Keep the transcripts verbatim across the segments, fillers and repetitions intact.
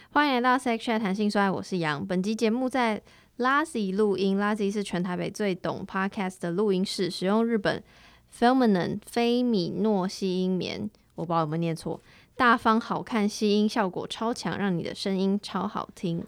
欢迎来到 Sex Chat 谈性说爱，我是杨。本集节目在 Lazy 录音 ，Lazy 是全台北最懂 Podcast 的录音室，使用日本 Feminine 菲米诺吸音棉，我不知道有没有念错，大方好看，吸音效果超强，让你的声音超好听。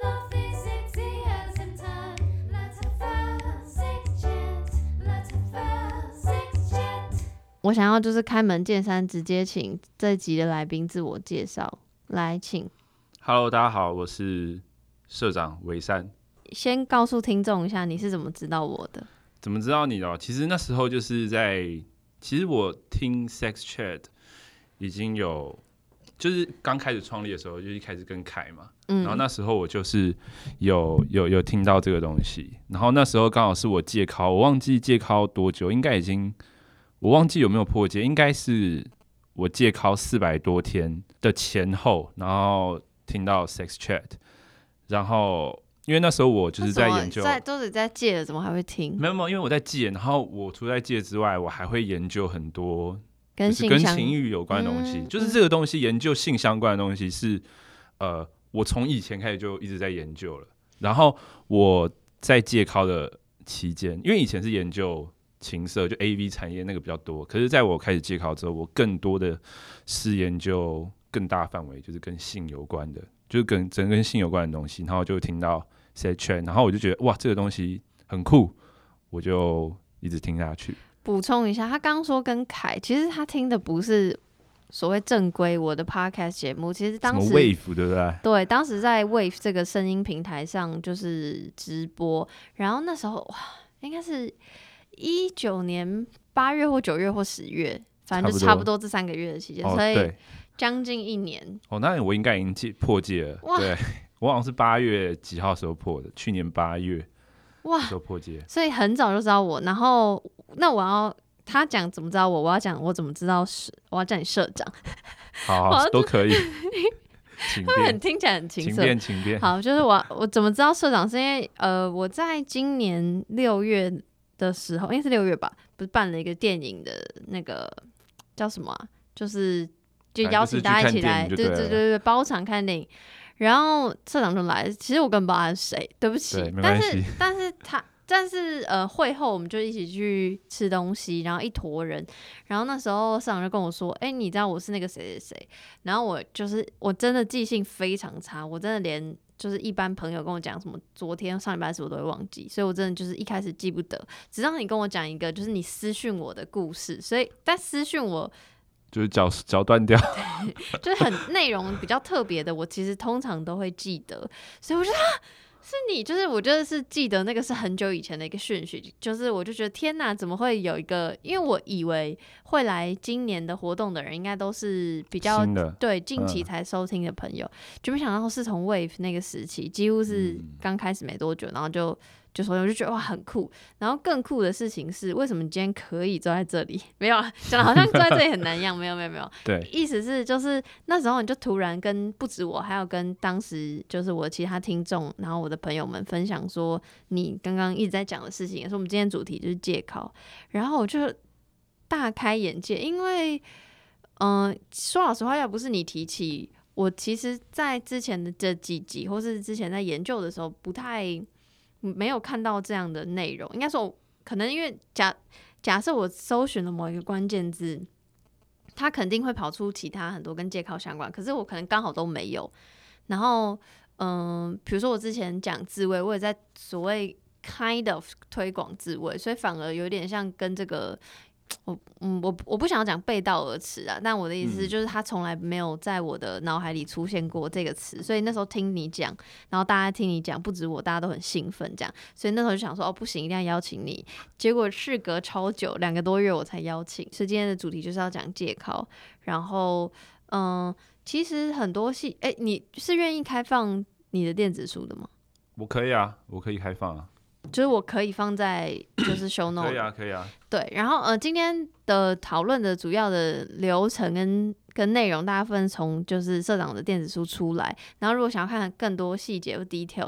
我想要就是开门见山，直接请这集的来宾自我介绍，来请。 Hello， 大家好，我是社长维善。 先告诉听众一下，你是怎么知道我的？ 怎么知道你的？其实那时候就是在，其实我听 Sex Chat 已经有，就是刚开始创立的时候，就一开始跟凯嘛，嗯、然后那时候我就是有有有听到这个东西，然后那时候刚好是我戒考，我忘记戒考多久，应该已经。我忘记有没有破戒，应该是我戒考四百多天的前后，然后听到 Sex Chat， 然后因为那时候我就是在研究， 在都是在戒了，怎么还会听？ 没有没有，因为我在戒，然后我除了在戒之外，我还会研究很多跟性跟情欲有关的东西，嗯、就是这个东西研究性相关的东西是呃，我从以前开始就一直在研究了。然后我在戒考的期间，因为以前是研究。情色就 A V 产业那个比较多，可是在我开始戒考之后，我更多的是研究更大范围，就是跟性有关的，就是跟整跟性有关的东西，然后就听到 Sex Chat， 然后我就觉得哇，这个东西很酷，我就一直听下去。 补充一下，他刚刚说跟凯，其实他听的不是所谓正规我的 podcast 节目，其实当时什么 Wave 对不对？ 对，当时在 Wave 这个声音平台上就是直播，然后那时候哇，应该是。一九年八月或九月或十月，反正就差不多这三个月的期间， 哦、 所以将近一年。 哦，那我应该已经戒破戒了。对，我好像是八月几号时候破的，去年八月哇时候破戒， 所以很早就知道我。然后，那我要他讲怎么知道我，我要讲我怎么知道是，我要叫你社长。 好, 好都可以。请便， 听起来很情色。 请便，请便。 好，就是我我怎么知道社长？是因为呃，我在今年六月。的时候，应该是六月吧，不是办了一个电影的那个叫什么、啊？就是就邀请大家一起来，对对对对，包场看电影。然后社长就来了，其实我根本不知道他是谁，对不起。但是但是他但是呃会后我们就一起去吃东西，然后一坨人，然后那时候社长就跟我说：“哎、欸，你知道我是那个谁谁谁？”然后我就是我真的记性非常差，我真的连。就是一般朋友跟我讲什么昨天上礼拜的事我都会忘记，所以我真的就是一开始记不得，直到你跟我讲一个就是你私讯我的故事，所以但私讯我就是脚脚断掉， 就是很内容比较特别的，我其实通常都会记得，所以我觉得啊是你，就是我觉得是记得那个是很久以前的一个顺序，就是我就觉得天哪，怎么会有一个？因为我以为会来今年的活动的人，应该都是比较对近期才收听的朋友，嗯、就没想到是从 Wave 那个时期，几乎是刚开始没多久，然后就就说我就觉得哇很酷。然后更酷的事情是，为什么今天可以坐在这里？没有啊，讲的好像坐在这里很难一样，没有没有没有。 对， 意思是就是那时候你就突然跟不止我，还有跟当时就是我其他听众，然后我的朋友们分享说，你刚刚一直在讲的事情，也是我们今天主题就是戒考，然后我就大开眼界，因为嗯、呃，说老实话，要不是你提起，我其实在之前的这几集，或是之前在研究的时候，不太。没有看到这样的内容，应该说可能因为假假设我搜寻了某一个关键字，它肯定会跑出其他很多跟戒考相关，可是我可能刚好都没有。然后，嗯、呃，比如说我之前讲自慰，我也在所谓 kind of 推广自慰，所以反而有点像跟这个。我嗯，我我不想要讲背道而驰啊，但我的意思就是他从来没有在我的脑海里出现过这个词，所以那时候听你讲，然后大家听你讲，不止我，大家都很兴奋这样，所以那时候就想说哦，不行，一定要邀请你。结果事隔超久，两个多月我才邀请，所以今天的主题就是要讲戒考。然后嗯，其实很多戏，哎，你是愿意开放你的电子书的吗？ 我可以啊，我可以开放啊。 就是我可以放在就是 show note 可以啊，可以啊。 对，然后呃，今天的讨论的主要的流程跟跟内容，大部分从就是社长的电子书出来。然后如果想要看更多细节或 detail，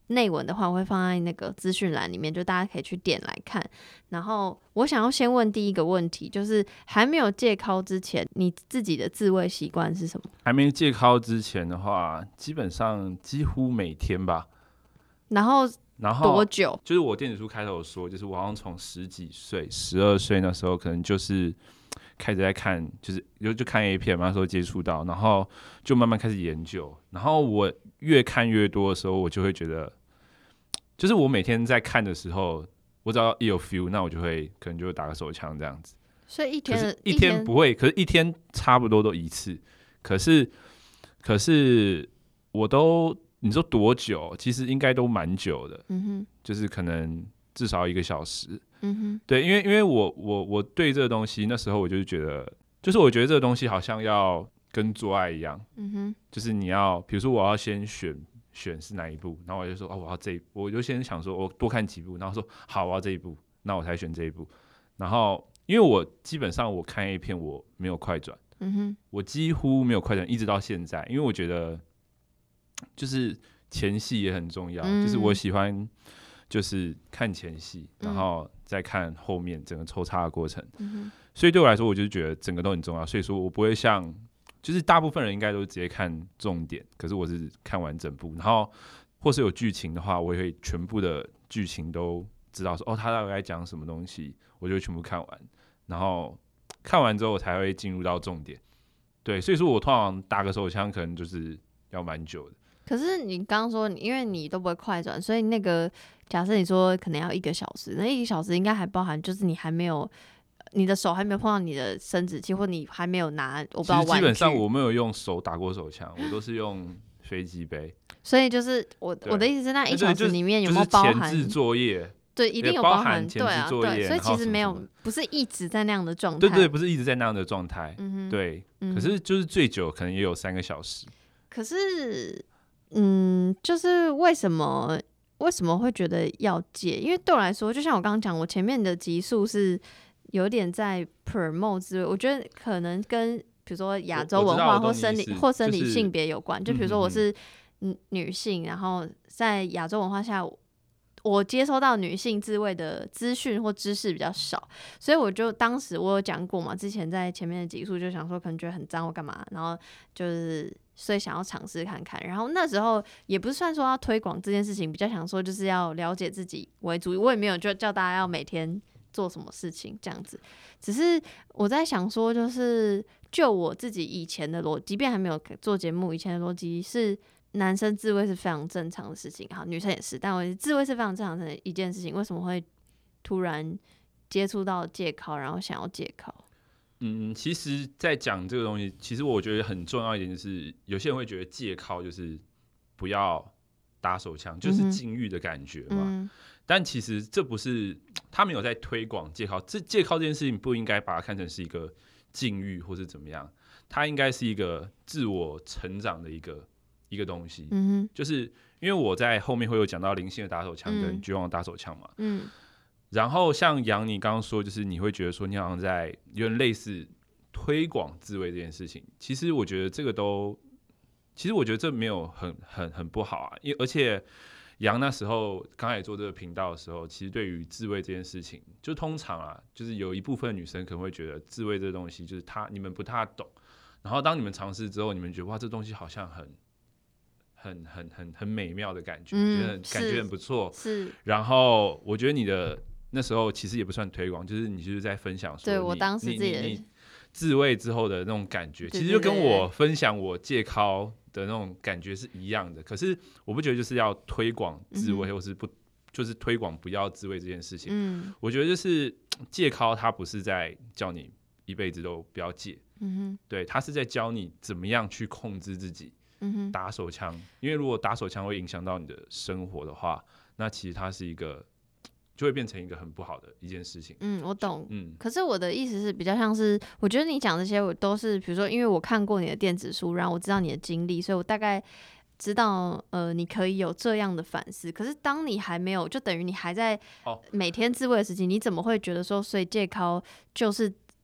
内文的话，我会放在那个资讯栏里面，就大家可以去点来看。然后我想要先问第一个问题，就是还没有戒尻之前，你自己的自慰习惯是什么？ 还没戒尻之前的话，基本上几乎每天吧。 然后然后多久？ 就是我电子书开头有说，就是我好像从十几岁、十二岁那时候，可能就是开始在看，就是就就看 A 片嘛，那时候接触到，然后就慢慢开始研究。然后我越看越多的时候，我就会觉得，就是我每天在看的时候，我只要一有 feel， 那我就会可能就会打个手枪这样子。 所以一天的一天不会，可是一天差不多都一次。可是可是我都你说多久？其实应该都蛮久的。嗯哼，就是可能至少一个小时。嗯哼，对，因为因为我我我对这个东西那时候我就是觉得，就是我觉得这个东西好像要跟做爱一样。嗯哼，就是你要，比如说我要先选选是哪一部，然后我就说哦我要这一部，我就先想说我多看几部，然后说好我要这一部，那我才选这一部，然后。因为我基本上我看 A 片我没有快转，嗯哼，我几乎没有快转，一直到现在，因为我觉得就是前戏也很重要，嗯、就是我喜欢就是看前戏，然后再看后面整个抽插的过程，嗯、所以对我来说，我就觉得整个都很重要，所以说我不会像就是大部分人应该都直接看重点，可是我是看完整部，然后或是有剧情的话，我也会全部的剧情都知道说哦，他大概讲什么东西，我就会全部看完。然后看完之后，我才会进入到重点。对，所以说我通常打个手枪，可能就是要蛮久的。 可是你刚刚说，因为你都不会快转，所以那个假设你说可能要一个小时，那一个小时应该还包含，就是你还没有你的手还没有碰到你的生殖器，或你还没有拿，我不知道玩具。 基本上我没有用手打过手枪，我都是用飞机杯。 所以就是我我的意思是，那一小时里面有没有包含、 就是、前置作业？ 对，一定有包含前置作业， 对啊，对，所以其实没有，不是一直在那样的状态。 对对，不是一直在那样的状态。嗯对、嗯。可是就是最久可能也有三个小时。 可是，嗯，就是为什么为什么会觉得要戒？因为对我来说，就像我刚刚讲，我前面的集数是有点在 promote 之类，我觉得可能跟比如说亚洲文化或生理或生理性别有关。就比如说我是女性，然后在亚洲文化下。我接收到女性自慰的资讯或知识比较少，所以我就当时我有讲过嘛，之前在前面的集数就想说可能觉得很脏或干嘛，然后就是所以想要尝试看看，然后那时候也不是算说要推广这件事情，比较想说就是要了解自己为主，我也没有就叫大家要每天做什么事情这样子，只是我在想说就是就我自己以前的逻辑，即便还没有做节目，以前的逻辑是。男生自慰是非常正常的事情，好，女生也是，但我自慰是非常正常的一件事情，为什么会突然接触到戒尻，然后想要戒尻？ 嗯，其实，在讲这个东西，其实我觉得很重要一点就是，有些人会觉得戒尻就是不要打手枪，就是禁欲的感觉嘛。嗯、但其实这不是，他没有在推广戒尻，这戒尻这件事情不应该把它看成是一个禁欲或是怎么样，它应该是一个自我成长的一个。一个东西、嗯，就是因为我在后面会有讲到灵性的打手枪跟绝望的打手枪嘛，嗯，然后像杨你刚刚说，就是你会觉得说你好像在有点类似推广自慰这件事情，其实我觉得这个都，其实我觉得这没有很很很不好啊，因而且杨那时候刚开始做这个频道的时候，其实对于自慰这件事情，就通常啊，就是有一部分女生可能会觉得自慰这个东西就是他你们不太懂，然后当你们尝试之后，你们觉得哇这东西好像很。很很很很美妙的感觉，嗯、觉得感觉很不错。是，然后我觉得你的那时候其实也不算推广，就是你就是在分享说， 对我当时自己的你你你自慰之后的那种感觉，其实就跟我分享我戒尻的那种感觉是一样的。可是我不觉得就是要推广自慰，嗯、或是不就是推广不要自慰这件事情。嗯，我觉得就是戒尻，它不是在叫你一辈子都不要戒，嗯哼，对，它是在教你怎么样去控制自己。嗯、打手枪，因为如果打手枪会影响到你的生活的话，那其实它是一个就会变成一个很不好的一件事情。 嗯，我懂。嗯，可是我的意思是比较像是，我觉得你讲这些我都是，比如说，因为我看过你的电子书，然后我知道你的经历，所以我大概知道，呃，你可以有这样的反思。可是当你还没有，就等于你还在每天自慰的事情，你怎么会觉得说，所以戒尻就是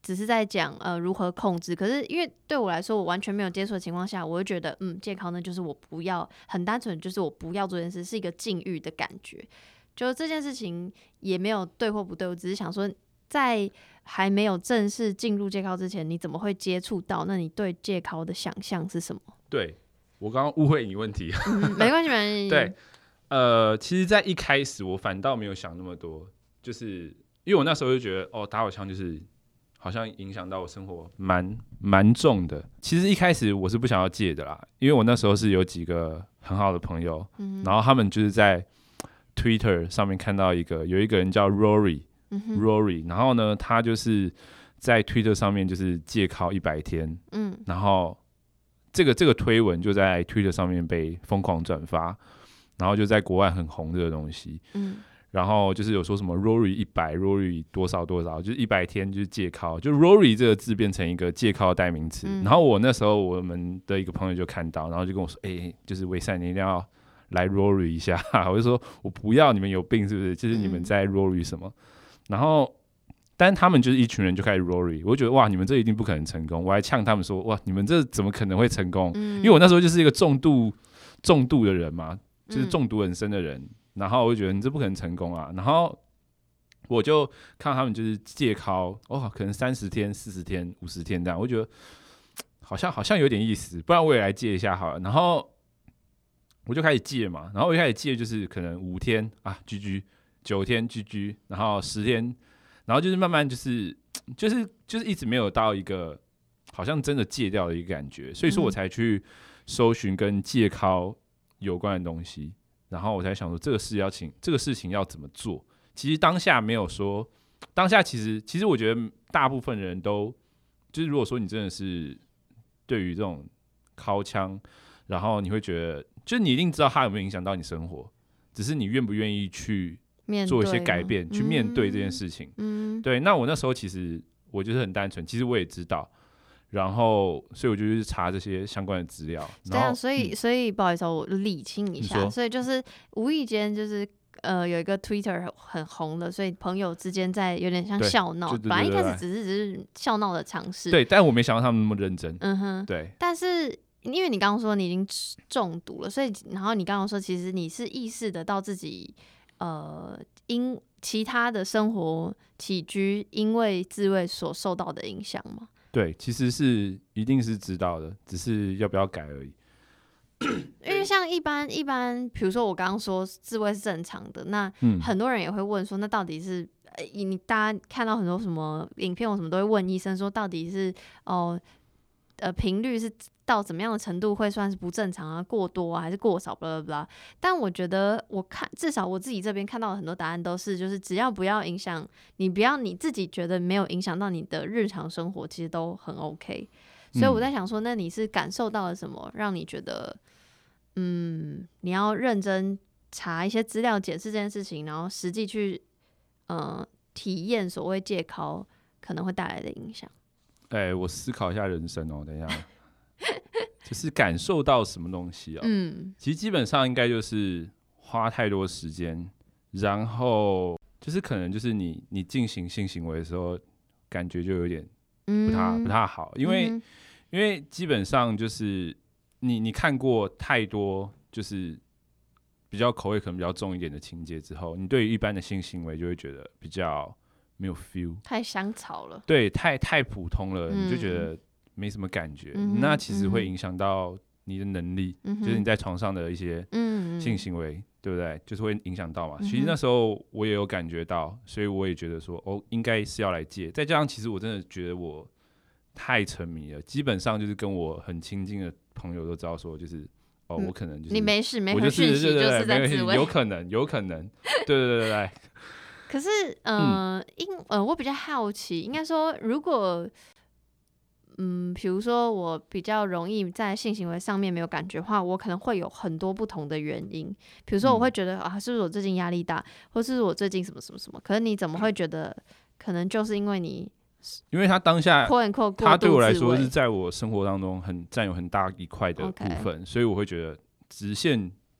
只是在讲呃如何控制，可是因为对我来说，我完全没有接触的情况下，我会觉得嗯戒靠呢就是我不要，很单纯就是我不要做这件事，是一个禁欲的感觉。就这件事情也没有对或不对，我只是想说，在还没有正式进入戒靠之前，你怎么会接触到？那你对戒靠的想象是什么？ 对，我刚刚误会你问题， 嗯、没关系，没关系。 对，呃，其实，在一开始我反倒没有想那么多，就是因为我那时候就觉得，哦，打火枪就是好像影响到我生活蛮蛮重的。其实一开始我是不想要戒的啦，因为我那时候是有几个很好的朋友，嗯、然后他们就是在 Twitter 上面看到一个有一个人叫 Rory，Rory，、嗯、Rory, 然后呢，他就是在 Twitter 上面就是戒靠一百天，嗯，然后这个这个推文就在 Twitter 上面被疯狂转发，然后就在国外很红这个东西，嗯。然后就是有说什么 Rory 一百 Rory 多少多少，就是一百天就是戒靠，就 Rory 这个字变成一个戒靠的代名词、嗯。然后我那时候我们的一个朋友就看到，然后就跟我说：“哎、欸，就是维善，你一定要来 Rory 一下。”我就说：“我不要，你们有病是不是？就是你们在 Rory 什么？”嗯、然后，但他们就是一群人就开始 Rory， 我就觉得哇，你们这一定不可能成功。我还呛他们说：“哇，你们这怎么可能会成功？”嗯、因为我那时候就是一个重度重度的人嘛，就是中毒很深的人。嗯，然后我就觉得你这不可能成功啊，然后我就看到他们就是戒靠，哦，可能三十天、四十天、五十天这样，我就觉得好像好像有点意思，不然我也来戒一下好了。然后我就开始戒嘛，然后我一开始戒就是可能五天啊 G G， 九天 G G， 然后十天，然后就是慢慢就是就是就是一直没有到一个好像真的戒掉的一个感觉，所以说我才去搜寻跟戒靠有关的东西。然后我才想说，这个事要请这个事情要怎么做？其实当下没有说，当下其实其实我觉得大部分人都就是，如果说你真的是对于这种靠枪，然后你会觉得，就是你一定知道它有没有影响到你生活，只是你愿不愿意去做一些改变，去面对这件事情。嗯，对。那我那时候其实我就是很单纯，其实我也知道。然后，所以我就去查这些相关的资料。 对啊，所以、嗯、所以不好意思，我理清一下。所以就是无意间就是呃有一个 Twitter 很红的，所以朋友之间在有点像笑闹。本来一开始只是只是笑闹的尝试。 对，但我没想到他们那么认真。 嗯哼， 对。 但是因为你刚刚说你已经中毒了，所以然后你刚刚说其实你是意识得到自己呃因其他的生活起居因为自慰所受到的影响吗？ 对，其实是一定是知道的，只是要不要改而已。 因为像一般一般，比如说我刚刚说自慰是正常的，那很多人也会问说，那到底是、呃、你大家看到很多什么影片，我什么都会问医生说，到底是哦呃频率是到怎么样的程度会算是不正常啊？过多啊，还是过少？巴拉巴拉。但我觉得，我看至少我自己这边看到的很多答案都是，就是只要不要影响你，不要你自己觉得没有影响到你的日常生活，其实都很 OK。所以我在想说，那你是感受到了什么，让你觉得，嗯，你要认真查一些资料，检视这件事情，然后实际去，呃，体验所谓戒靠可能会带来的影响。 哎、欸，我思考一下人生哦，等一下。就是感受到什么东西啊、喔？嗯，其实基本上应该就是花太多时间，然后就是可能就是你你进行性行为的时候，感觉就有点不太、嗯、不太好，因为、嗯、因为基本上就是你你看过太多就是比较口味可能比较重一点的情节之后，你对于一般的性行为就会觉得比较没有 feel， 太香草了， 对，太太普通了，嗯、你就觉得。没什么感觉、嗯，那其实会影响到你的能力、嗯，就是你在床上的一些性行为，嗯、对不对？就是会影响到嘛、嗯。其实那时候我也有感觉到，所以我也觉得说，哦，应该是要来戒。再加上，其实我真的觉得我太沉迷了，基本上就是跟我很亲近的朋友都知道说，就是哦，我可能就是、 你没事，没回讯息就是在自慰， 有可能，有可能，对对对对。 可是，呃，嗯、因呃，我比较好奇，应该说，如果。嗯，比如说我比较容易在性行为上面没有感觉的话，我可能会有很多不同的原因。比如说我会觉得、嗯、啊，是不是我最近压力大，或是我最近什么什么什么？可是你怎么会觉得，可能就是因为你， 因为他当下， 他对我来说是在我生活当中很占有很大一块的部分， okay. 所以我会觉得直线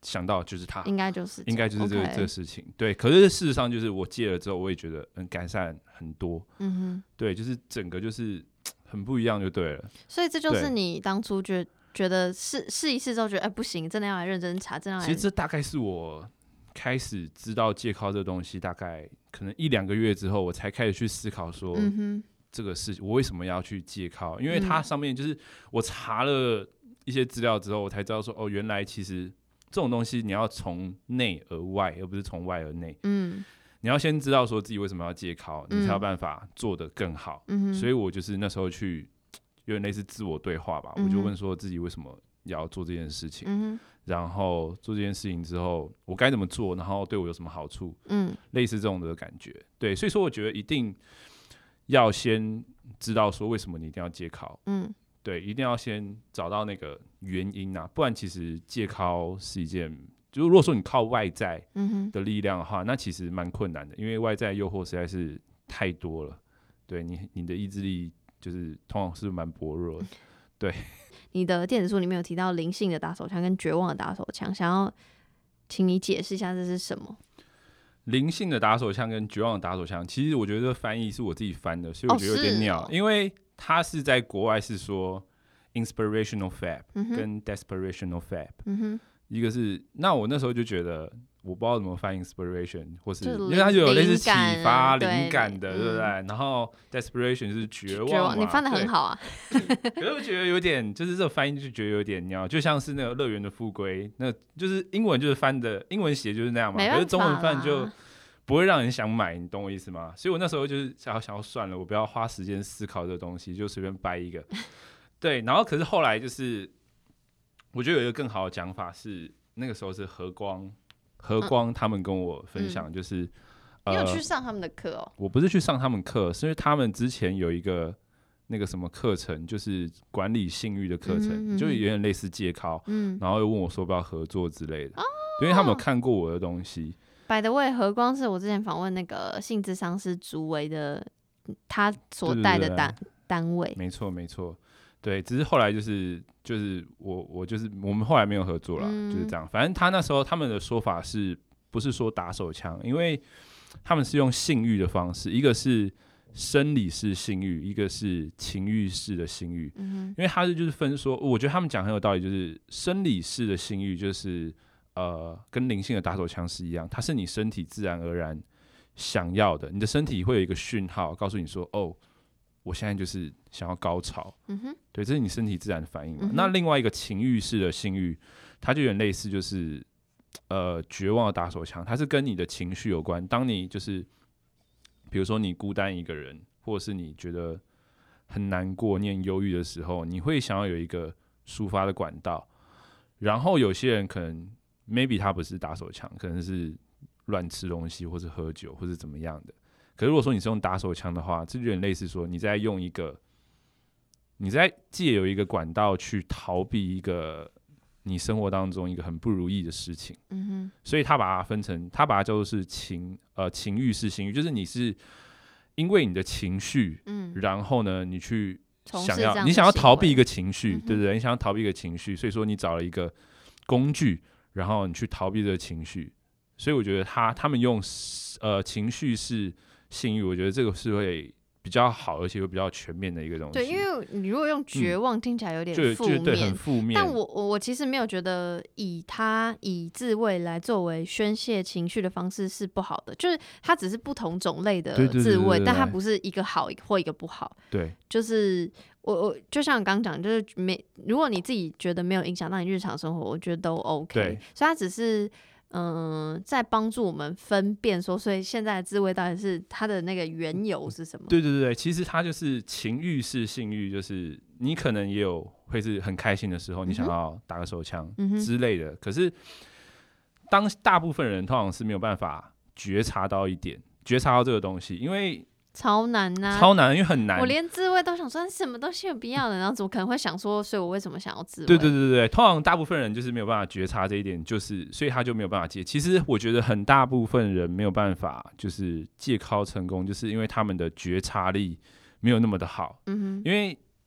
想到就是他， 应该就是应该就是这个、 okay. 这个事情。对，可是事实上就是我戒了之后，我也觉得嗯改善很多。嗯哼，对，就是整个就是很不一样就对了。 所以这就是你当初觉觉得试试一试之后觉得哎、欸、不行，真的要来认真查，真的要来。 其实这大概是我开始知道戒靠这个东西，大概可能一两个月之后，我才开始去思考说，嗯哼，这个事我为什么要去戒靠？因为它上面就是我查了一些资料之后，我才知道说哦，原来其实这种东西你要从内而外，而不是从外而内。嗯，你要先知道说自己为什么要戒靠，你才有办法做得更好。嗯，所以我就是那时候去有点类似自我对话吧，嗯、我就问说自己为什么要做这件事情，嗯、然后做这件事情之后我该怎么做，然后对我有什么好处。嗯，类似这种的感觉。对，所以说我觉得一定要先知道说为什么你一定要戒靠。嗯。对，一定要先找到那个原因啊，不然其实戒靠是一件，就是如果说你靠外在的力量的话，嗯、那其实蛮困难的，因为外在诱惑实在是太多了。对你，你的意志力就是通常是蛮薄弱的。对， 你的电子书里面有提到灵性的打手枪跟绝望的打手枪，想要请你解释一下这是什么？ 灵性的打手枪跟绝望的打手枪，其实我觉得这个翻译是我自己翻的，所以我觉得有点鸟，哦哦、因为他是在国外是说 inspirational fab、嗯、跟 desperational fab、嗯、一个是，那我那时候就觉得我不知道怎么翻 inspiration 或是因为它就有类似启发灵感的， 对, 对不对、嗯、然后 desperation 就是绝望嘛，绝望你翻得很好啊。 可是我觉得有点就是这个翻译就觉得有点鸟，就像是那个乐园的富贵，那就是英文就是翻的英文写就是那样嘛，可是中文翻就不会让人想买，你懂我意思吗？所以我那时候就是想要想要算了，我不要花时间思考这个东西，就随便掰一个。对，然后可是后来就是我觉得有一个更好的讲法是，那个时候是和光和光他们跟我分享，就是、 嗯呃、你有去上他们的课哦？ 我不是去上他们课，是因为他们之前有一个那个什么课程，就是管理性欲的课程，嗯嗯嗯就有点类似戒靠，嗯，然后又问我说不要合作之类的，哦、因为他们有看过我的东西。 By the way， 和光是我之前访问那个性諮商師竹維的，他所帶的單單位。 沒錯沒錯，對，只是後來就是就是我我就是我們後來沒有合作啦、嗯，就是這樣。反正他那時候他們的說法是不是說打手槍？因為他們是用性慾的方式，一個是生理式性慾，一個是情慾式的性慾。嗯、因為他是就是分說，我覺得他們講很有道理，就是生理式的性慾就是。呃，跟靈性的打手槍是一樣，它是你身體自然而然想要的，你的身體會有一個訊號告訴你說，哦，我現在就是想要高潮，嗯哼，對，這是你身體自然的反應嘛、嗯。那另外一個情慾式的性慾，它就有點類似，就是呃絕望的打手槍，它是跟你的情緒有關。當你就是，比如說你孤單一個人，或者是你覺得很難過、你很憂鬱的時候，你會想要有一個抒發的管道。然後有些人可能。maybe 他不是打手槍，可能是亂吃東西，或是喝酒，或是怎麼樣的。可是如果說你是用打手槍的話，這就有點類似說你在用一個，你在借由一個管道去逃避一個你生活當中一個很不如意的事情。嗯哼。所以他把它分成，他把它叫做是情呃情慾式性慾，就是你是因為你的情緒，嗯，然後呢你去想要你想要逃避一個情緒，對不對？你想要逃避一個情緒，所以說你找了一個工具。然後你去逃避這個情緒，所以我覺得他他們用呃情緒式性慾，我覺得這個是會比較好，而且會比較全面的一個東西。 對，因為你如果用絕望，嗯、聽起來有點負面， 對，很負面。 但我我我其實沒有覺得以他以自慰來作為宣洩情緒的方式是不好的，就是它只是不同種類的自慰，但它不是一個好或一個不好。對，就是我我就像剛講，就是沒如果你自己覺得沒有影響到你日常生活，我覺得都 OK。對，所以它只是。嗯，在幫助我們分辨說，所以現在的自慰到底是它的那個緣由是什麼？ 對對對，其實它就是情慾式性慾，就是你可能也有會是很開心的時候，你想要打個手槍之類的。嗯、可是當大部分人通常是沒有辦法覺察到一點，覺察到這個東西，因為。 超難吶、啊， 超難，因為很難。 我連自慰都想說，什麼東西有必要的，然後怎麼可能會想說，所以我為什麼想要自慰？ 對對對對，通常大部分人就是沒有辦法覺察這一點，就是所以他就沒有辦法戒。其實我覺得很大部分人沒有辦法就是戒靠成功，就是因為他們的覺察力沒有那麼的好。嗯哼，因為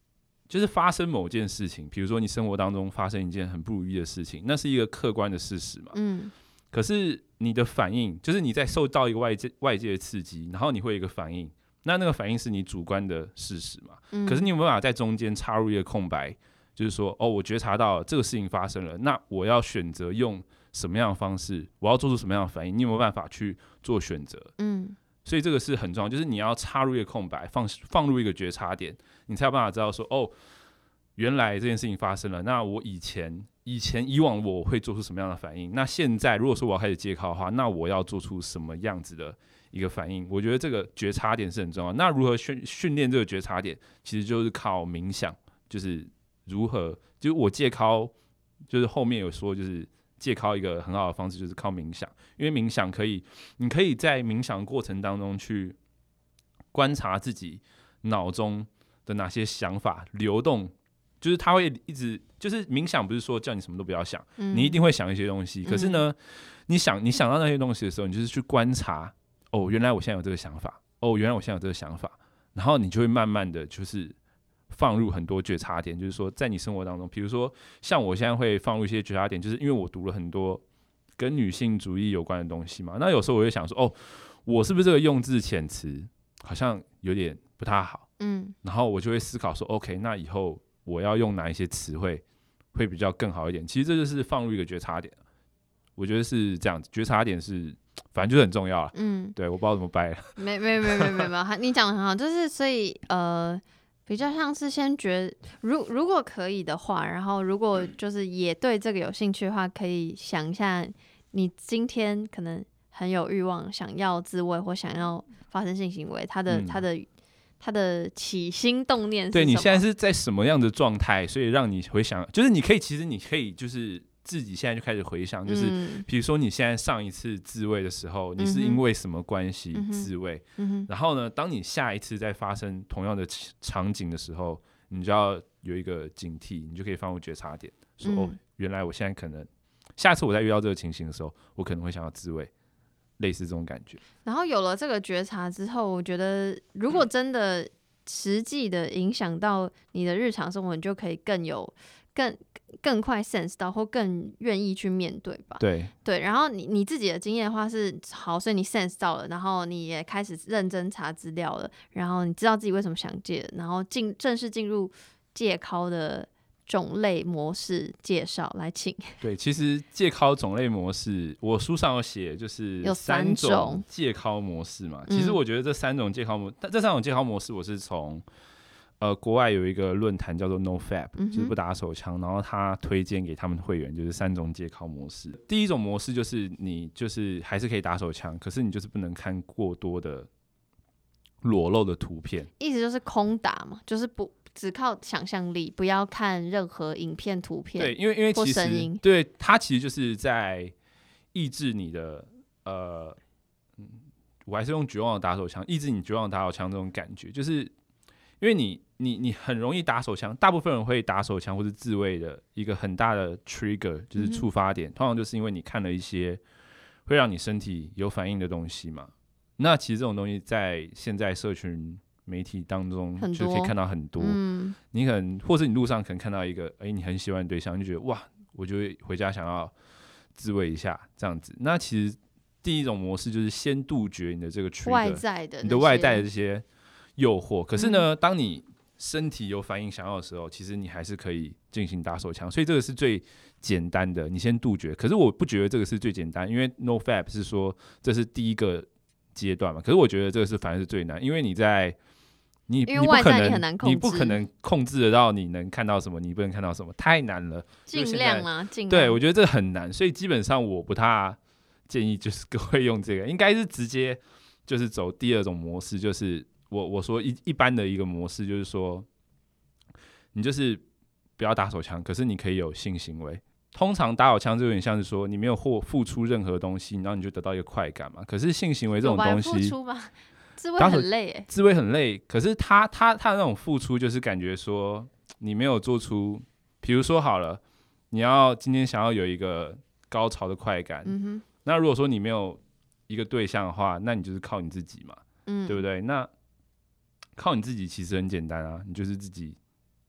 就是发生某件事情，比如说你生活当中发生一件很不如意的事情，那是一个客观的事实嘛。嗯。可是你的反应，就是你在受到一个外界外界的刺激，然后你会有一个反应，那那个反应是你主观的事实嘛。嗯。可是你有没有办法在中间插入一个空白，就是说，哦，我觉察到了这个事情发生了，那我要选择用什么样的方式，我要做出什么样的反应？你有没有办法去做选择？嗯。所以这个是很重要，就是你要插入一个空白，放放入一个觉察点，你才有办法知道说，哦，原来这件事情发生了。那我以前、以前、以往我会做出什么样的反应？那现在如果说我要开始戒靠的话，那我要做出什么样子的一个反应？我觉得这个觉察点是很重要。那如何训训练这个觉察点？其实就是靠冥想，就是如何，就是我戒靠，就是后面有说，就是戒靠一个很好的方式就是靠冥想，因为冥想可以，你可以在冥想过程当中去观察自己脑中的哪些想法流动，就是他会一直，就是冥想不是说叫你什么都不要想，嗯、你一定会想一些东西，可是呢，嗯、你想你想到那些东西的时候，你就是去观察，哦，原来我现在有这个想法，哦，原来我现在有这个想法，然后你就会慢慢的就是放入很多觉察点，就是说在你生活当中，比如说像我现在会放入一些觉察点，就是因为我读了很多跟女性主义有关的东西嘛，那有时候我会想说，哦，我是不是这个用字遣词好像有点不太好，嗯，然后我就会思考说 ，OK， 那以后我要用哪一些词汇会比较更好一点？其实这就是放入一个觉察点，我觉得是这样子，觉察点是反正就是很重要了，嗯，对，我不知道怎么掰了， 没没没没没没，你讲的很好，就是所以呃。比较像是先觉，如如果可以的话，然后如果就是也对这个有兴趣的话，可以想一下，你今天可能很有欲望，想要自慰或想要发生性行为，他的、嗯、他的他的起心动念是什么？ 对，你现在是在什么样的状态，所以让你回想，就是你可以，其实你可以就是自己现在就开始回想，就是比如说你现在上一次自慰的时候，你是因为什么关系自慰、嗯？然后呢，当你下一次再发生同样的场景的时候，你就要有一个警惕，你就可以放入觉察点，说、嗯、哦，原来我现在可能下次我再遇到这个情形的时候，我可能会想要自慰，类似这种感觉。 然后有了这个觉察之后，我觉得如果真的实际的影响到你的日常生活，你就可以更有更。更快 sense 到或更愿意去面对吧。 对对，然后你你自己的经验的话是好，所以你 sense 到了，然后你也开始认真查资料了，然后你知道自己为什么想戒，然后进正式进入戒考的种类模式介绍来请。 对，其实戒考种类模式，我书上有写，就是有三种戒考模式嘛。其实我觉得这三种戒考模，嗯、这三种戒考模式，我是从。呃，国外有一个论坛叫做 NoFap，、嗯、就是不打手枪，然后他推荐给他们的会员就是三种戒考模式。第一种模式就是你就是还是可以打手枪，可是你就是不能看过多的裸露的图片， 意思就是空打嘛，就是不只靠想象力，不要看任何影片、图片， 对，因为因为其实对它其实就是在抑制你的呃，嗯，我还是用绝望的打手枪抑制你绝望的打手枪这种感觉，就是因为你。你你很容易打手枪，大部分人会打手枪或是自慰的一个很大的 trigger 就是触发点、嗯，通常就是因为你看了一些会让你身体有反应的东西嘛。那其实这种东西在现在社群媒体当中就可以看到很多。嗯、你可能或是你路上可能看到一个，哎、欸，你很喜欢的对象，你就觉得哇，我就会回家想要自慰一下这样子。那其实第一种模式就是先杜绝你的这个 trigger， 外在的你的外在的这些诱惑。可是呢、嗯，当你身体有反应想要的时候，其实你还是可以进行打手枪，所以这个是最简单的，你先杜绝。可是我不觉得这个是最简单，因为 NoFap 是说这是第一个阶段嘛。可是我觉得这个是反而是最难，因为你在你因为外在你很难控制， 你不可能控制得到你能看到什么，你不能看到什么，太难了。 尽量啊，尽量。 对，我觉得这很难，所以基本上我不太建议就是各位用这个，应该是直接就是走第二种模式，就是。我我说一一般的一个模式就是说，你就是不要打手枪，可是你可以有性行为。通常打手枪就有点像是说你没有或付出任何东西，然后你就得到一个快感嘛。可是性行为这种东西， 付出吧，自慰很累耶， 自慰很累。可是他他他的那种付出，就是感觉说你没有做出，比如说好了，你要今天想要有一个高潮的快感，嗯哼，那如果说你没有一个对象的话，那你就是靠你自己嘛，嗯，对不对？那靠你自己其实很简单啊，你就是自己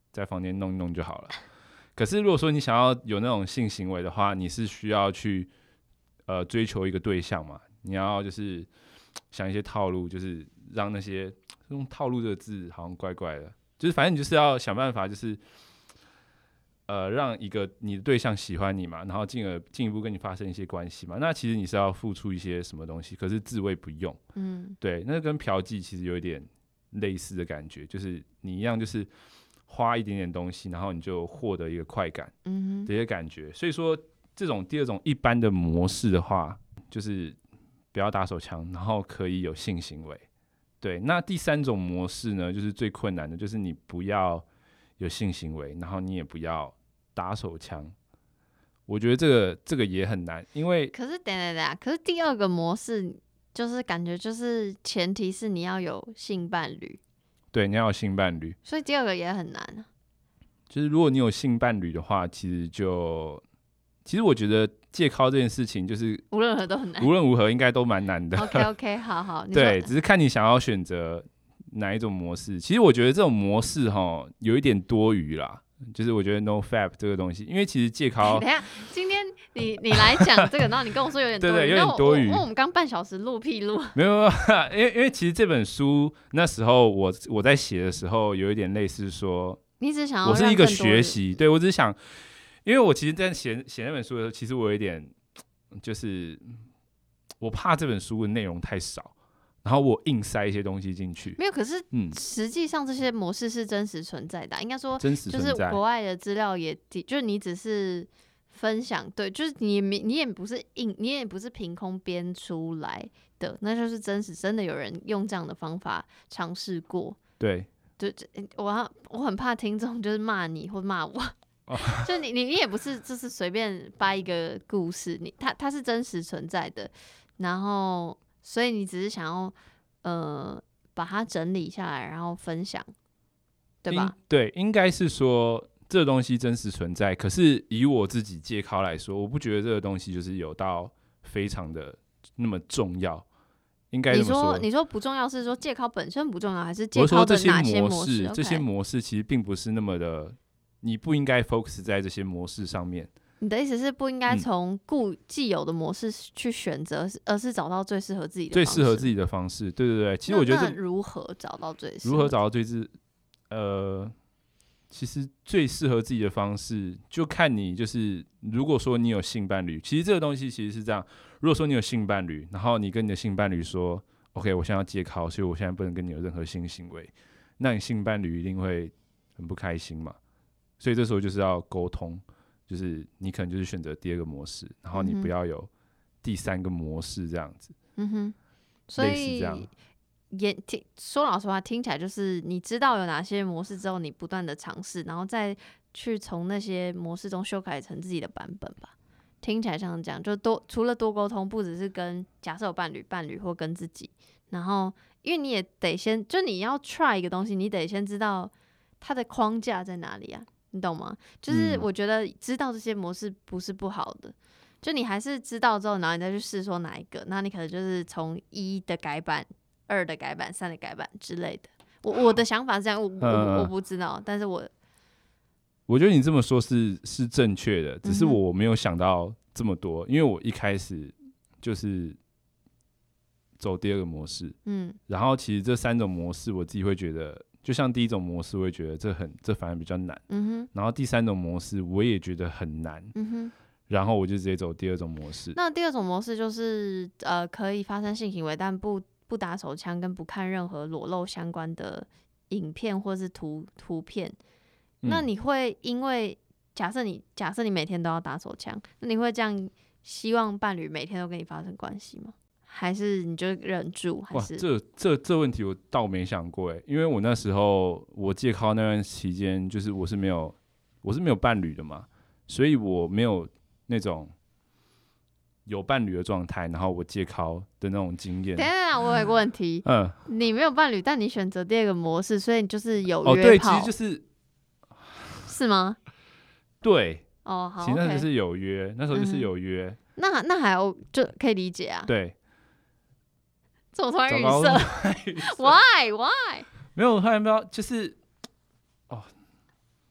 在房间弄一弄就好了。可是如果说你想要有那种性行为的话，你是需要去呃追求一个对象嘛，你要就是想一些套路，就是让那些用套路这个字好像怪怪的，就是反正你就是要想办法，就是呃让一个你的对象喜欢你嘛，然后进而进一步跟你发生一些关系嘛。那其实你是要付出一些什么东西，可是自慰不用，嗯，对，那跟嫖妓其实有一点类似的感觉，就是你一样就是花一点点东西，然后你就获得一个快感的一个感觉。所以说，这种第二种一般的模式的话，就是不要打手枪，然后可以有性行为。对，那第三种模式呢，就是最困难的，就是你不要有性行为，然后你也不要打手枪。我觉得这个这个也很难，因为可是等等等，可是第二个模式就是感觉就是前提是你要有性伴侣。 对，你要有性伴侣， 所以第二个也很难啊。 就是如果你有性伴侣的话，其实就其实我觉得戒尻这件事情，就是无论如何都很难， 无论如何应该都蛮难的。 OK OK， 好好， 对，只是看你想要选择哪一种模式。其实我觉得这种模式哈有一点多余啦，就是我觉得 no fap 这个东西，因为其实戒尻， 等一下，今天你你来讲这个，然后你跟我说有点多余， 对对，有点多余。 因为我们刚半小时录屁录， 没有没有，因为因为其实这本书那时候我我在写的时候，有一点类似说， 你只想要我是一个学习，对我只是想，因为我其实在写写那本书的时候，其实我有一点就是我怕这本书的内容太少。然后我硬塞一些东西进去， 没有。可是实际上这些模式是真实存在的、啊，应该说，就是国外的资料也，就是你只是分享，对，就是你你也不是硬，你也不是凭空编出来的，那就是真实，真的有人用这样的方法尝试过。 对， 就我我很怕听众就是骂你或骂我。哦、就你你你也不是就是随便掰一个故事，你它它是真实存在的，然后。所以你只是想要，呃，把它整理下来，然后分享，对吧？ 对，应该是说这个东西真实存在。可是以我自己戒尻来说，我不觉得这个东西就是有到非常的那么重要。应该这么说， 你说你说不重要，是说戒尻本身不重要，还是戒尻的哪些模式？ 这些模式其实并不是那么的，你不应该 focus 在这些模式上面。 你的意思是不应该从固既有的模式去选择、嗯，而是找到最适合自己的最适合自己的方式。对对对，其实我觉得那如何找到最适合如何找到最适呃，其实最适合自己的方式，就看你就是如果说你有性伴侣，其实这个东西其实是这样。如果说你有性伴侣，然后你跟你的性伴侣说 ，OK， 我现在要戒尻，所以我现在不能跟你有任何性行为，那你性伴侣一定会很不开心嘛。所以这时候就是要沟通。就是你可能就是选择第二个模式，然后你不要有第三个模式这样子。嗯哼， 所以也听说老实话，听起来就是你知道有哪些模式之后，你不断的尝试，然后再去从那些模式中修改成自己的版本吧。听起来像这样，就多除了多沟通，不只是跟假设有伴侣、伴侣或跟自己，然后因为你也得先，就你要 try 一个东西，你得先知道它的框架在哪里啊。你懂吗？就是我觉得知道这些模式不是不好的，嗯、就你还是知道之后，然后你再去试说哪一个，那你可能就是从一的改版、二的改版、三的改版之类的。我我的想法是这样，我、嗯、我我不知道，但是我我觉得你这么说是是正确的，只是我没有想到这么多，因为我一开始就是走第二个模式，嗯，然后其实这三种模式我自己会觉得。就像第一种模式，我也觉得这很这反而比较难，嗯哼。然后第三种模式我也觉得很难，嗯哼。然后我就直接走第二种模式。 那第二种模式就是呃，可以发生性行为，但不不打手枪，跟不看任何裸露相关的影片或是图图片。嗯、那你会因为假设你假设你每天都要打手枪，那你会这样希望伴侣每天都跟你发生关系吗？还是你就忍住？还是哇，这这这问题我倒没想过哎，因为我那时候我戒尻那段期间，就是我是没有我是没有伴侣的嘛，所以我没有那种有伴侣的状态，然后我戒尻的那种经验。 等一下，我有个问题，嗯，你没有伴侣，但你选择第二个模式，所以你就是有约炮。 哦，对，其实就是是吗？ 对， 哦，好， 其实那就是有约， okay. 那时候就是有约，嗯、 那那还就可以理解啊。 对。 这我突然语塞 ，Why Why？ 没有，我突然不知道，就是哦，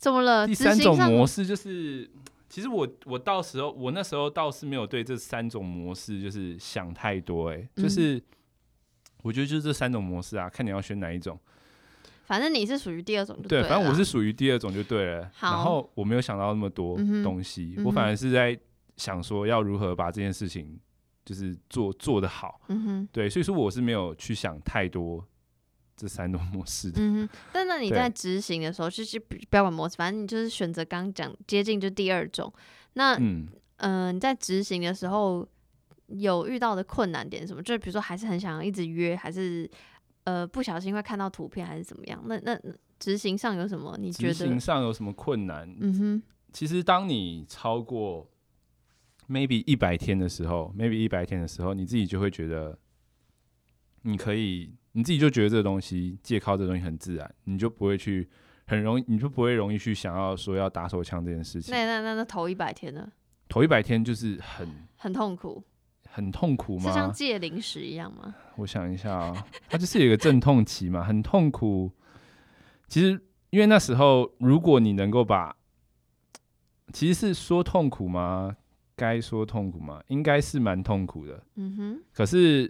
怎么了？ 第三种模式就是，其实我我到时候我那时候倒是没有对这三种模式就是想太多、欸，哎、嗯，就是我觉得就是这三种模式啊，看你要选哪一种。 反正你是属于第二种就对了。 对，反正我是属于第二种就对了。然后我没有想到那么多东西，嗯、我反而是在想说要如何把这件事情就是做做得好。嗯哼，对，所以说我是没有去想太多这三种模式的。 嗯哼，但那你在执行的时候，就是不要管模式，反正你就是选择刚讲接近就第二种。那嗯、呃，你在执行的时候有遇到的困难点是什么？就比如说还是很想要一直约，还是？呃，不小心会看到图片还是怎么样？那那执行上有什么？你觉得执行上有什么困难？嗯哼，其实当你超过 maybe 一百天的时候 ，maybe 一百天的时候，你自己就会觉得你可以，你自己就觉得这个东西借靠这个东西很自然，你就不会去很容易，你就不会容易去想要说要打手枪这件事情。 那那那那头一百天呢？ 头一百天就是很很痛苦。 很痛苦吗？ 是像戒零食一样吗？ 我想一下啊、喔，它就是有一个阵痛期嘛，很痛苦。其实因为那时候，如果你能够把，其实是说痛苦吗？该说痛苦吗？应该是蛮痛苦的。嗯哼。可是，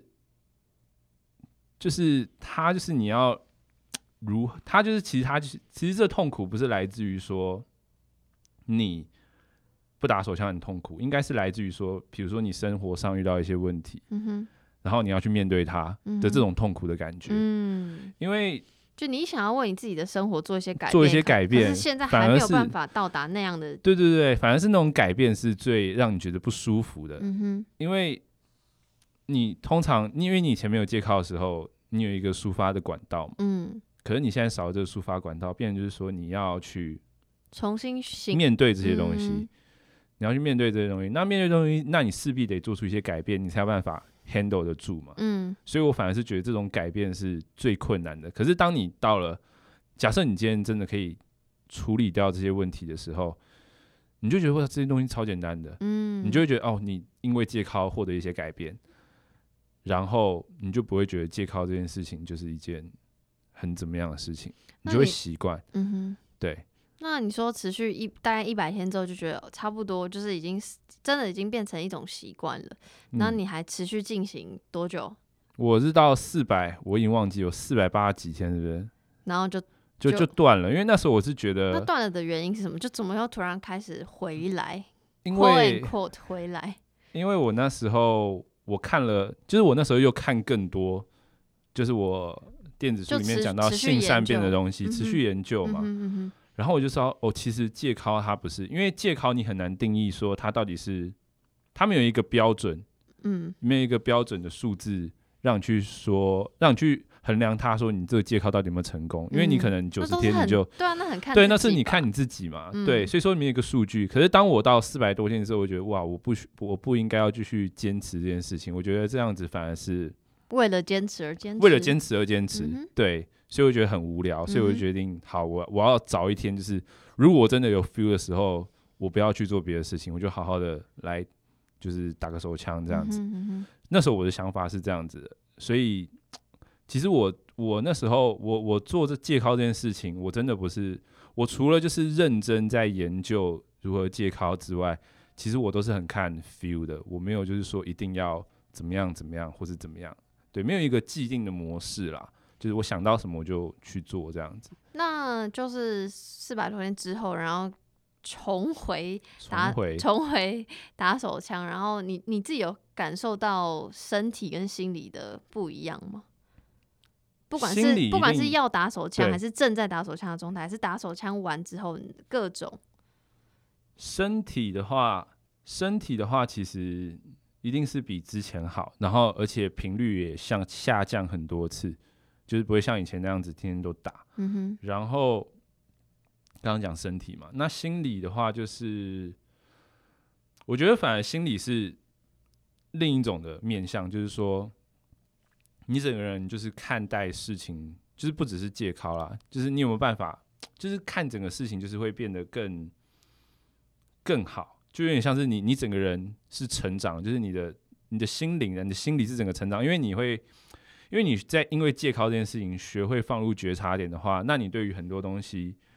就是它就是你要如，它就是其实它就是其实这痛苦不是来自于说你。不打手枪很痛苦，应该是来自于说，比如说你生活上遇到一些问题，嗯哼，然后你要去面对它的这种痛苦的感觉，嗯，因为就你想要为你自己的生活做一些改变， 做一些改变， 可是现在还没有办法到达那样的， 对对对，反而是那种改变是最让你觉得不舒服的，嗯哼，因为你通常因为你以前没有戒靠的时候，你有一个抒发的管道嘛，嗯，可是你现在少了这个抒发管道，变成就是说你要去重新面对这些东西。嗯，你要去面对这些东西，那面对这些东西，那你势必得做出一些改变，你才有办法 handle 得住嘛。嗯，所以我反而是觉得这种改变是最困难的。可是当你到了，假设你今天真的可以处理掉这些问题的时候，你就觉得哇，这些东西超简单的。嗯，你就会觉得哦，你因为戒靠获得一些改变，然后你就不会觉得戒靠这件事情就是一件很怎么样的事情，你就会习惯。嗯哼，对。 那你说持续一大概一百天之后，就觉得差不多，就是已经真的已经变成一种习惯了。那、嗯、你还持续进行多久？ 我是到四百，我已经忘记有四百八十几天，是不是？ 然后就就就断了，因为那时候我是觉得， 那断了的原因是什么？就怎么又突然开始回来？ 因为 quote unquote 回来， 因为我那时候我看了，就是我那时候又看更多，就是我电子书里面讲到性善变的东西，持续研究嘛。嗯哼然后我就说，哦，其实戒靠它不是，因为戒靠你很难定义说它到底是，它没有一个标准，嗯，没有一个标准的数字让你去说，让你去衡量它，说你这个戒靠到底有没有成功？因为你可能九十天你就、 嗯、对啊，那很看对，那是你看你自己嘛，嗯、对，所以说没有一个数据。可是当我到四百多天的时候，我觉得哇，我不我不应该要继续坚持这件事情，我觉得这样子反而是为了坚持而坚持， 为了坚持而坚持，嗯、对。所以我觉得很无聊，所以我就决定，好，我我要找一天，就是如果我真的有 feel 的时候，我不要去做别的事情，我就好好的来，就是打个手枪这样子。嗯哼嗯哼那时候我的想法是这样子的，所以其实我我那时候我我做这戒靠这件事情，我真的不是，我除了就是认真在研究如何戒靠之外，其实我都是很看 feel 的，我没有就是说一定要怎么样怎么样或是怎么样，对，没有一个既定的模式啦。就是我想到什么我就去做这样子。 那就是四百多天之后，然后重回打重回重回打手枪，然后你你自己有感受到身体跟心理的不一样吗？不管是不管是要打手枪，还是正在打手枪的状态，还是打手枪完之后各种。 身体的话，身体的话其实一定是比之前好，然后而且频率也像下降很多次。就是不会像以前那样子天天都打，嗯哼。然后刚刚讲身体嘛，那心理的话，就是我觉得反而心理是另一种的面向，就是说你整个人就是看待事情，就是不只是戒靠啦，就是你有没有办法，就是看整个事情，就是会变得更更好，就有点像是你你整个人是成长，就是你的你的心灵，你的心理是整个成长，因为你会。因为你在因为戒靠这件事情学会放入觉察点的话，那你对于很多东西，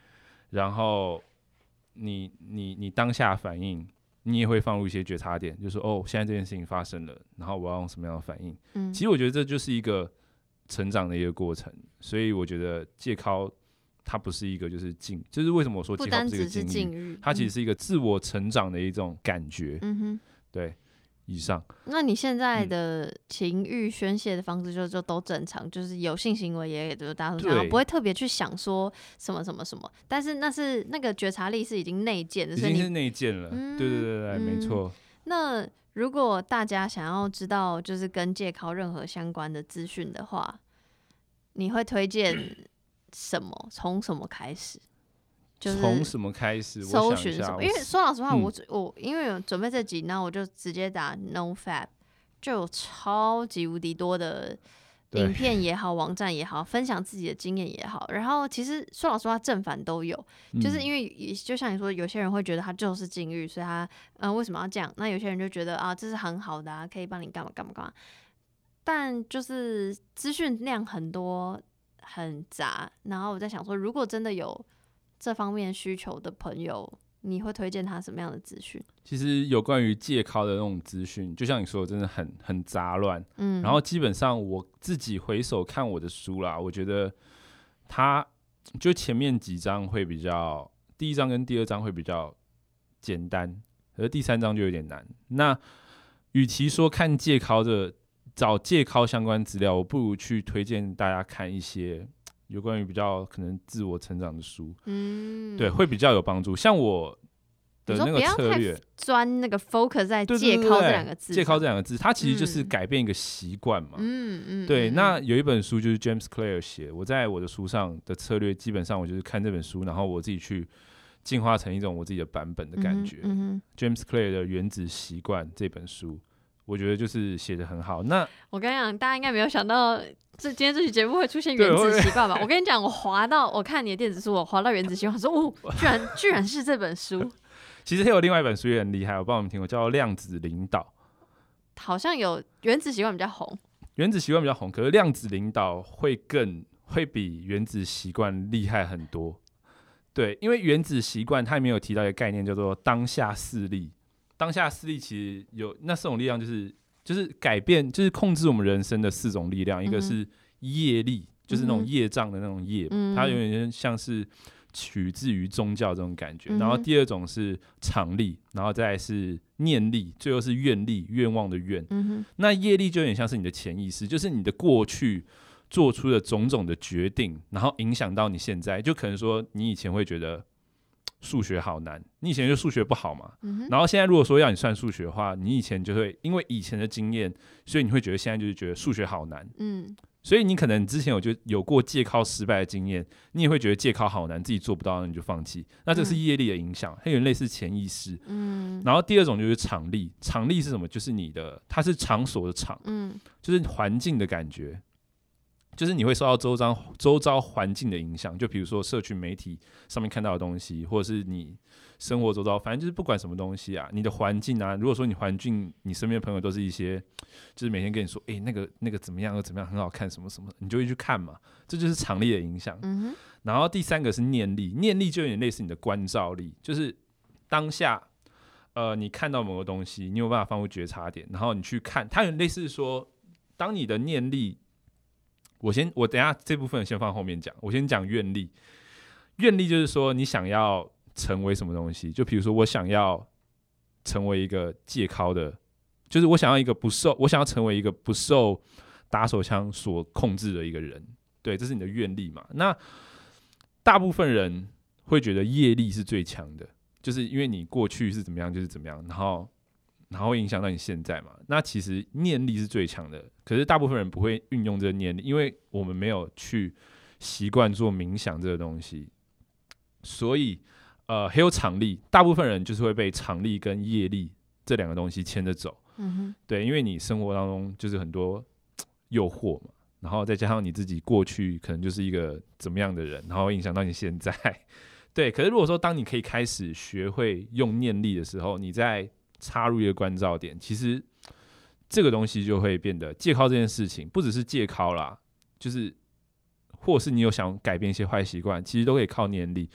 然后你你你当下反应，你也会放入一些觉察点，就是说哦，现在这件事情发生了，然后我要用什么样的反应？嗯，其实我觉得这就是一个成长的一个过程，所以我觉得戒尻它不是一个就是禁，就是为什么我说戒尻不是一个禁欲，它其实是一个自我成长的一种感觉。嗯哼，对。以上， 那你现在的情欲宣泄的方式就就都正常，就是有性行为也就是大家都想要，不会特别去想说什么什么什么，但是那是那个觉察力是已经内建的， 已经是内建了，嗯、对对对对，嗯、没错。 那如果大家想要知道就是跟戒尻任何相关的资讯的话，你会推荐什么？从什么开始？就是从什么开始搜寻什么？因为说老实话， 嗯、 我我因为有准备这集，然后我就直接打 No Fap， 就有超级无敌多的影片也好，网站也好，分享自己的经验也好。然后其实说老实话，正反都有，就是因为就像你说，有些人会觉得他就是禁欲，所以他嗯、呃、为什么要这样？那有些人就觉得啊，这是很好的啊，可以帮你干嘛干嘛干嘛。但就是资讯量很多很杂，然后我在想说，如果真的有这方面需求的朋友，你会推荐他什么样的资讯？ 其实有关于戒尻的那种资讯，就像你说的，真的很很杂乱。嗯，然后基本上我自己回首看我的书啦，我觉得它就前面几章会比较，第一章跟第二章会比较简单，而第三章就有点难。那与其说看戒尻的找戒尻相关资料，我不如去推荐大家看一些有关于比较可能自我成长的书，嗯，对，会比较有帮助。像我的那个策略， 专那个 focus 在戒尻这两个字， 戒尻这两个字，它其实就是改变一个习惯嘛，嗯嗯，对。那有一本书就是 James Clear 写，我在我的书上的策略，基本上我就是看这本书，然后我自己去进化成一种我自己的版本的感觉。嗯嗯、James Clear 的《原子习惯》这本书，我觉得就是写得很好。那我跟你讲，大家应该没有想到。这今天这期节目会出现原子习惯吧？我跟你讲，我滑到我看你的电子书，我滑到原子习惯，说哦，居然居然是这本书。 其实有另外一本书也很厉害，我不知道你们听过，叫《量子领导》。 好像有原子习惯比较红， 原子习惯比较红，可是量子领导会更会比原子习惯厉害很多。对，因为原子习惯它里面有提到一个概念叫做当下四力。当下四力其实有那四种力量就是。就是改变，就是控制我们人生的四种力量，嗯、一个是业力，就是那种业障的那种业，嗯、它有点像是取自于宗教这种感觉。嗯、然后第二种是常力，然后再来是念力，最后是愿力，愿望的愿。嗯、那业力就有点像是你的潜意识，就是你的过去做出的种种的决定，然后影响到你现在。就可能说，你以前会觉得数学好难，你以前就数学不好嘛，嗯、然后现在如果说要你算数学的话，你以前就会因为以前的经验，所以你会觉得现在就是觉得数学好难，嗯，所以你可能之前有就有过戒尻失败的经验，你也会觉得戒尻好难，自己做不到，那你就放弃。那这是业力的影响，它有点类似潜意识，嗯。然后第二种就是场力，场力是什么？就是你的，它是场所的场，嗯，就是环境的感觉。就是你会受到周遭周遭环境的影响，就比如说社群媒体上面看到的东西，或者是你生活周遭，反正就是不管什么东西啊，你的环境啊，如果说你环境，你身边的朋友都是一些，就是每天跟你说，哎、欸，那个那个怎么样，又怎么样，很好看，什么什么，你就会去看嘛，这就是场力的影响。嗯、然后第三个是念力，念力就有点类似你的关照力，就是当下，呃，你看到某个东西，你有办法放入觉察点，然后你去看，它有点类似说，当你的念力。我先，我等一下这部分先放后面讲。我先讲愿力，愿力就是说你想要成为什么东西，就比如说我想要成为一个戒尻的，就是我想要一个不受，我想要成为一个不受打手枪所控制的一个人。对，这是你的愿力嘛？那大部分人会觉得业力是最强的，就是因为你过去是怎么样就是怎么样，然后。然后会影响到你现在嘛？那其实念力是最强的，可是大部分人不会运用这个念力，因为我们没有去习惯做冥想这个东西，所以呃还有场力，大部分人就是会被场力跟业力这两个东西牵着走。嗯哼，对，因为你生活当中就是很多诱惑嘛，然后再加上你自己过去可能就是一个怎么样的人，然后影响到你现在。对，可是如果说当你可以开始学会用念力的时候，你在插入一个关照点，其实这个东西就会变得戒尻这件事情，不只是戒尻啦，就是或是你有想改变一些坏习惯，其实都可以靠念力。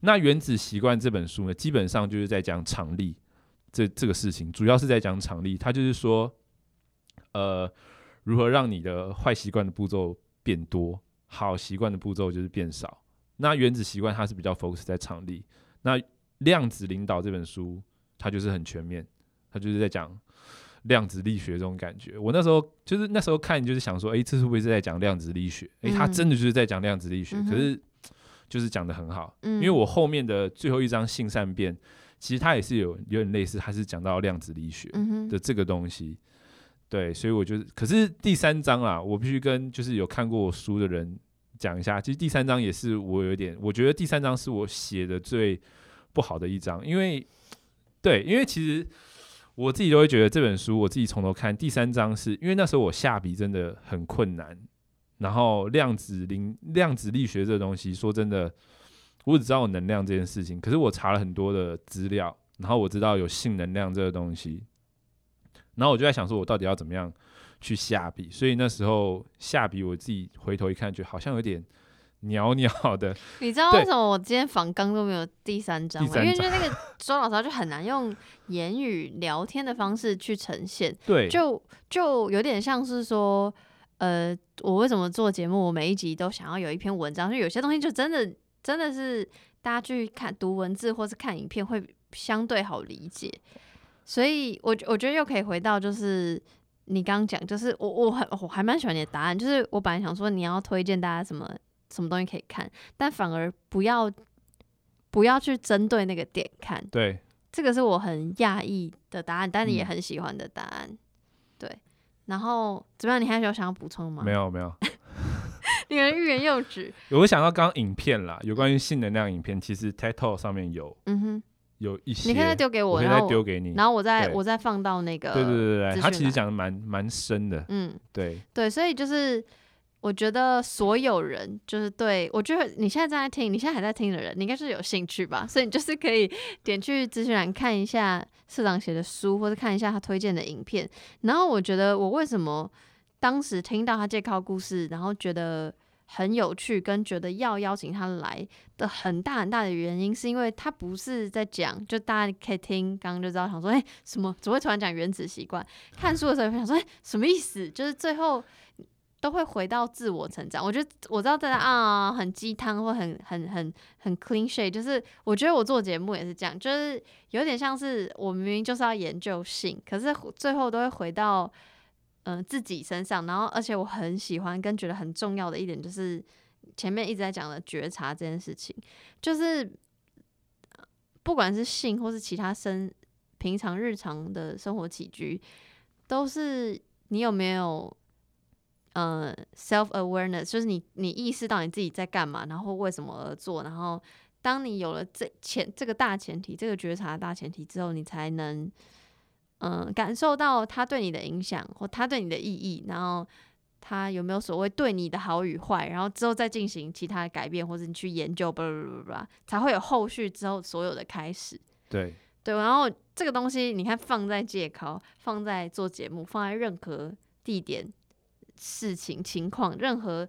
那《原子习惯》这本书呢，基本上就是在讲场力这这个事情，主要是在讲场力。它就是说，呃，如何让你的坏习惯的步骤变多，好习惯的步骤就是变少。那《原子习惯》它是比较 focus 在场力。那《量子领导》这本书，它就是很全面，它就是在讲量子力学这种感觉。我那时候就是那时候看，就是想说，哎、欸，这是不是在讲量子力学？哎、欸，它真的就是在讲量子力学，嗯、可是就是讲得很好。嗯、因为我后面的最后一章性善变，其实它也是有有点类似，它是讲到量子力学的这个东西。对，所以我就是，可是第三章啊，我必须跟就是有看过我书的人讲一下，其实第三章也是我有点，我觉得第三章是我写的最不好的一章，因为对，因为其实我自己都会觉得这本书，我自己从头看第三章是，因为那时候我下笔真的很困难，然后量子力量子力学这个东西，说真的，我只知道有能量这件事情，可是我查了很多的资料，然后我知道有性能量这个东西，然后我就在想说，我到底要怎么样去下笔？所以那时候下笔，我自己回头一看，觉得好像有点袅袅的。 你知道为什么我今天访纲都没有第三章吗？因为就是那个周老师就很难用言语聊天的方式去呈现， 对， 就就有点像是说，呃，我为什么做节目，我每一集都想要有一篇文章，就有些东西就真的真的是大家去看读文字或是看影片会相对好理解。所以我我觉得又可以回到就是你刚刚讲，就是我我很我还蛮喜欢你的答案，就是我本来想说你要推荐大家什么什么东西可以看，但反而不要不要去针对那个点看。 对， 这个是我很讶异的答案，但你也很喜欢的答案。嗯、对，然后怎么样？你还有想要补充吗？ 没有没有， 你的欲言又止。 我想到刚刚影片啦，有关于性能量影片，其实 TED Talk 上面有，嗯哼。有一些， 你可以再丢给我， 我可以再丢给你， 然后我再我再放到那个， 对对对对，他其实讲的蛮蛮深的，嗯，对对，所以就是我觉得所有人就是对我觉得你现在正在听，你现在还在听的人，你应该是有兴趣吧，所以你就是可以点去资讯栏看一下社长写的书，或者看一下他推荐的影片。然后我觉得我为什么当时听到他介绍故事，然后觉得很有趣，跟觉得要邀请他来的很大很大的原因，是因为他不是在讲，就大家可以听，刚刚就知道，想说，哎、欸，什么？怎么会突然讲原子习惯？看书的时候想说，哎、欸，什么意思？就是最后都会回到自我成长。我觉得我知道大家啊，很鸡汤或很很很很 cliche， 就是我觉得我做节目也是这样，就是有点像是我明明就是要研究性，可是最后都会回到。嗯、呃，自己身上，然后而且我很喜欢跟觉得很重要的一点就是前面一直在讲的觉察这件事情，就是不管是性或是其他生平常日常的生活起居，都是你有没有呃 self awareness， 就是你你意识到你自己在干嘛，然后为什么而做，然后当你有了这前这个大前提，这个觉察的大前提之后，你才能。嗯，感受到他对你的影响或他对你的意义，然后他有没有所谓对你的好与坏，然后之后再进行其他的改变，或者你去研究，巴拉巴拉巴拉，才会有后续之后所有的开始。 对对，然后这个东西你看放在戒考，放在做节目，放在任何地点、事情、情况、任何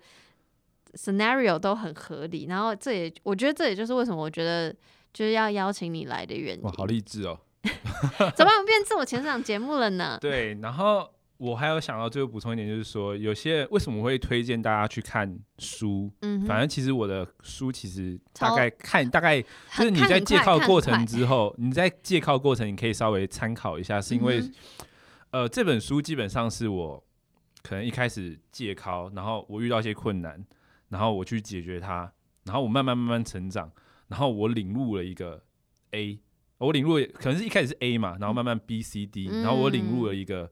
scenario 都很合理。然后这也我觉得这也就是为什么我觉得就是要邀请你来的原因。 哇，好励志哦！ 怎么样变自我成长节目了呢？ 对，然后我还有想到最后补充一点，就是说有些为什么我会推荐大家去看书？嗯，反正其实我的书其实大概看大概就是你在戒考过程之后，你在戒考过程你可以稍微参考一下，是因为、嗯、呃这本书基本上是我可能一开始戒考，然后我遇到一些困难，然后我去解决它，然后我慢慢慢慢成长，然后我领悟了一个 A。我领悟可能是一开始是 A 嘛，然后慢慢 B、C、D，、嗯、然后我领悟了一个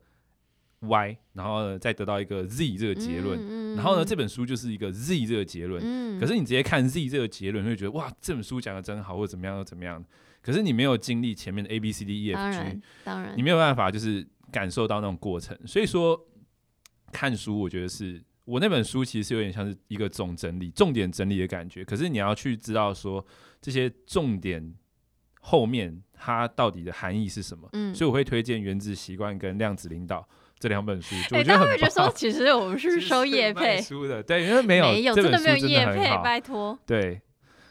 Y， 然后呢再得到一个 Z 这个结论、嗯嗯，然后呢这本书就是一个 Z 这个结论、嗯。可是你直接看 Z 这个结论，会觉得哇这本书讲的真好，或者怎么样又怎么样。可是你没有经历前面的 A、B、C、D、E、F、G， 当然，当然你没有办法就是感受到那种过程。所以说看书，我觉得是我那本书其实是有点像是一个总整理、重点整理的感觉。可是你要去知道说这些重点。后面它到底的含义是什么？嗯，所以我会推荐《原子习惯》跟《量子领导》这两本书。我觉得很棒。欸、 觉得说其实我们是收业配书的，对，因为没有， 没有，真的没有业配，拜托。 对，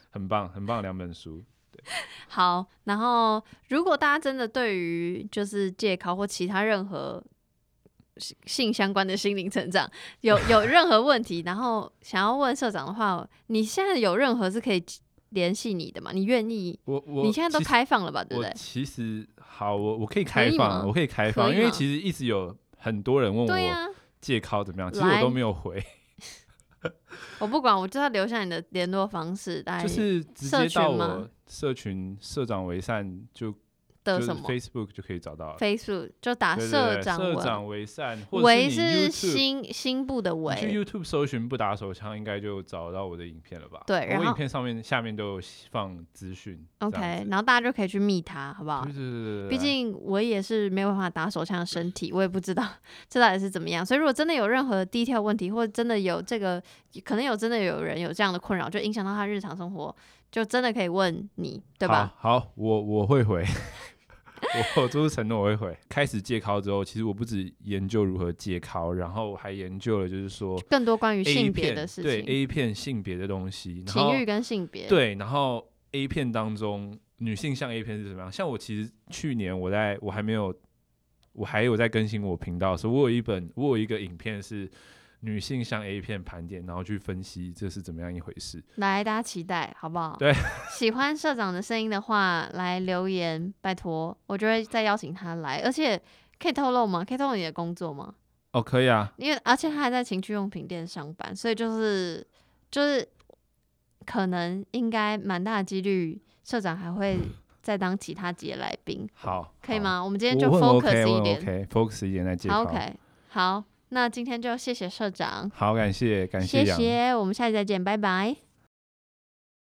很棒很棒的两本书。对， 好，然后如果大家真的对于就是戒考或其他任何性相关的心灵成长有有任何问题，然后想要问社长的话，你现在有任何是可以联系你的吗？你愿意？ 我我你现在都开放了吧？对不对？ 其实好，我我可以开放，可我可以开放，因为其实一直有很多人问我戒考怎么样，啊、其实我都没有回。 我不管，我就要留下你的联络方式， 就是直接到我社群社长为善就。 的什么 Facebook 就可以找到了 ，Facebook 就打社长社长为善， 为是新新部的为， 去 YouTube 搜寻不打手枪，应该就找到我的影片了吧？ 对，然后我影片上面下面都有放资讯 ，OK， 然后大家就可以去密他，好不好？ 对对对对， 毕竟我也是没有办法打手枪的身体，我也不知道这到底是怎么样，所以如果真的有任何低调问题，或者真的有这个，可能有真的有人有这样的困扰，就影响到他日常生活，就真的可以问你，对吧？ 好，好我我会回。我做出承诺，我会回。开始戒考之后，其实我不止研究如何戒考，然后还研究了就是说更多关于性别的事情， 对 A 片性别的东西， 情欲跟性别。 对，然后 A 片当中女性向 A 片是怎么样？像我其实去年我在我还没有，我还有在更新我频道的时候，我有一本我有一个影片是女性向 A 片盘点，然后去分析这是怎么样一回事。 来，大家期待好不好？ 对， 喜欢社长的声音的话，来留言，拜托，我就会再邀请他来。而且可以透露吗？可以透露你的工作吗？ 哦，可以啊。 因为而且他还在情趣用品店上班，所以就是就是可能应该蛮大的几率，社长还会再当其他节来宾。 好， 可以吗？我们今天就 focus 一点 ，OK，focus 一点在戒考。 OK， 好。那今天就谢谢社长， 好，感谢感谢， 谢谢，我们下期再见，拜拜。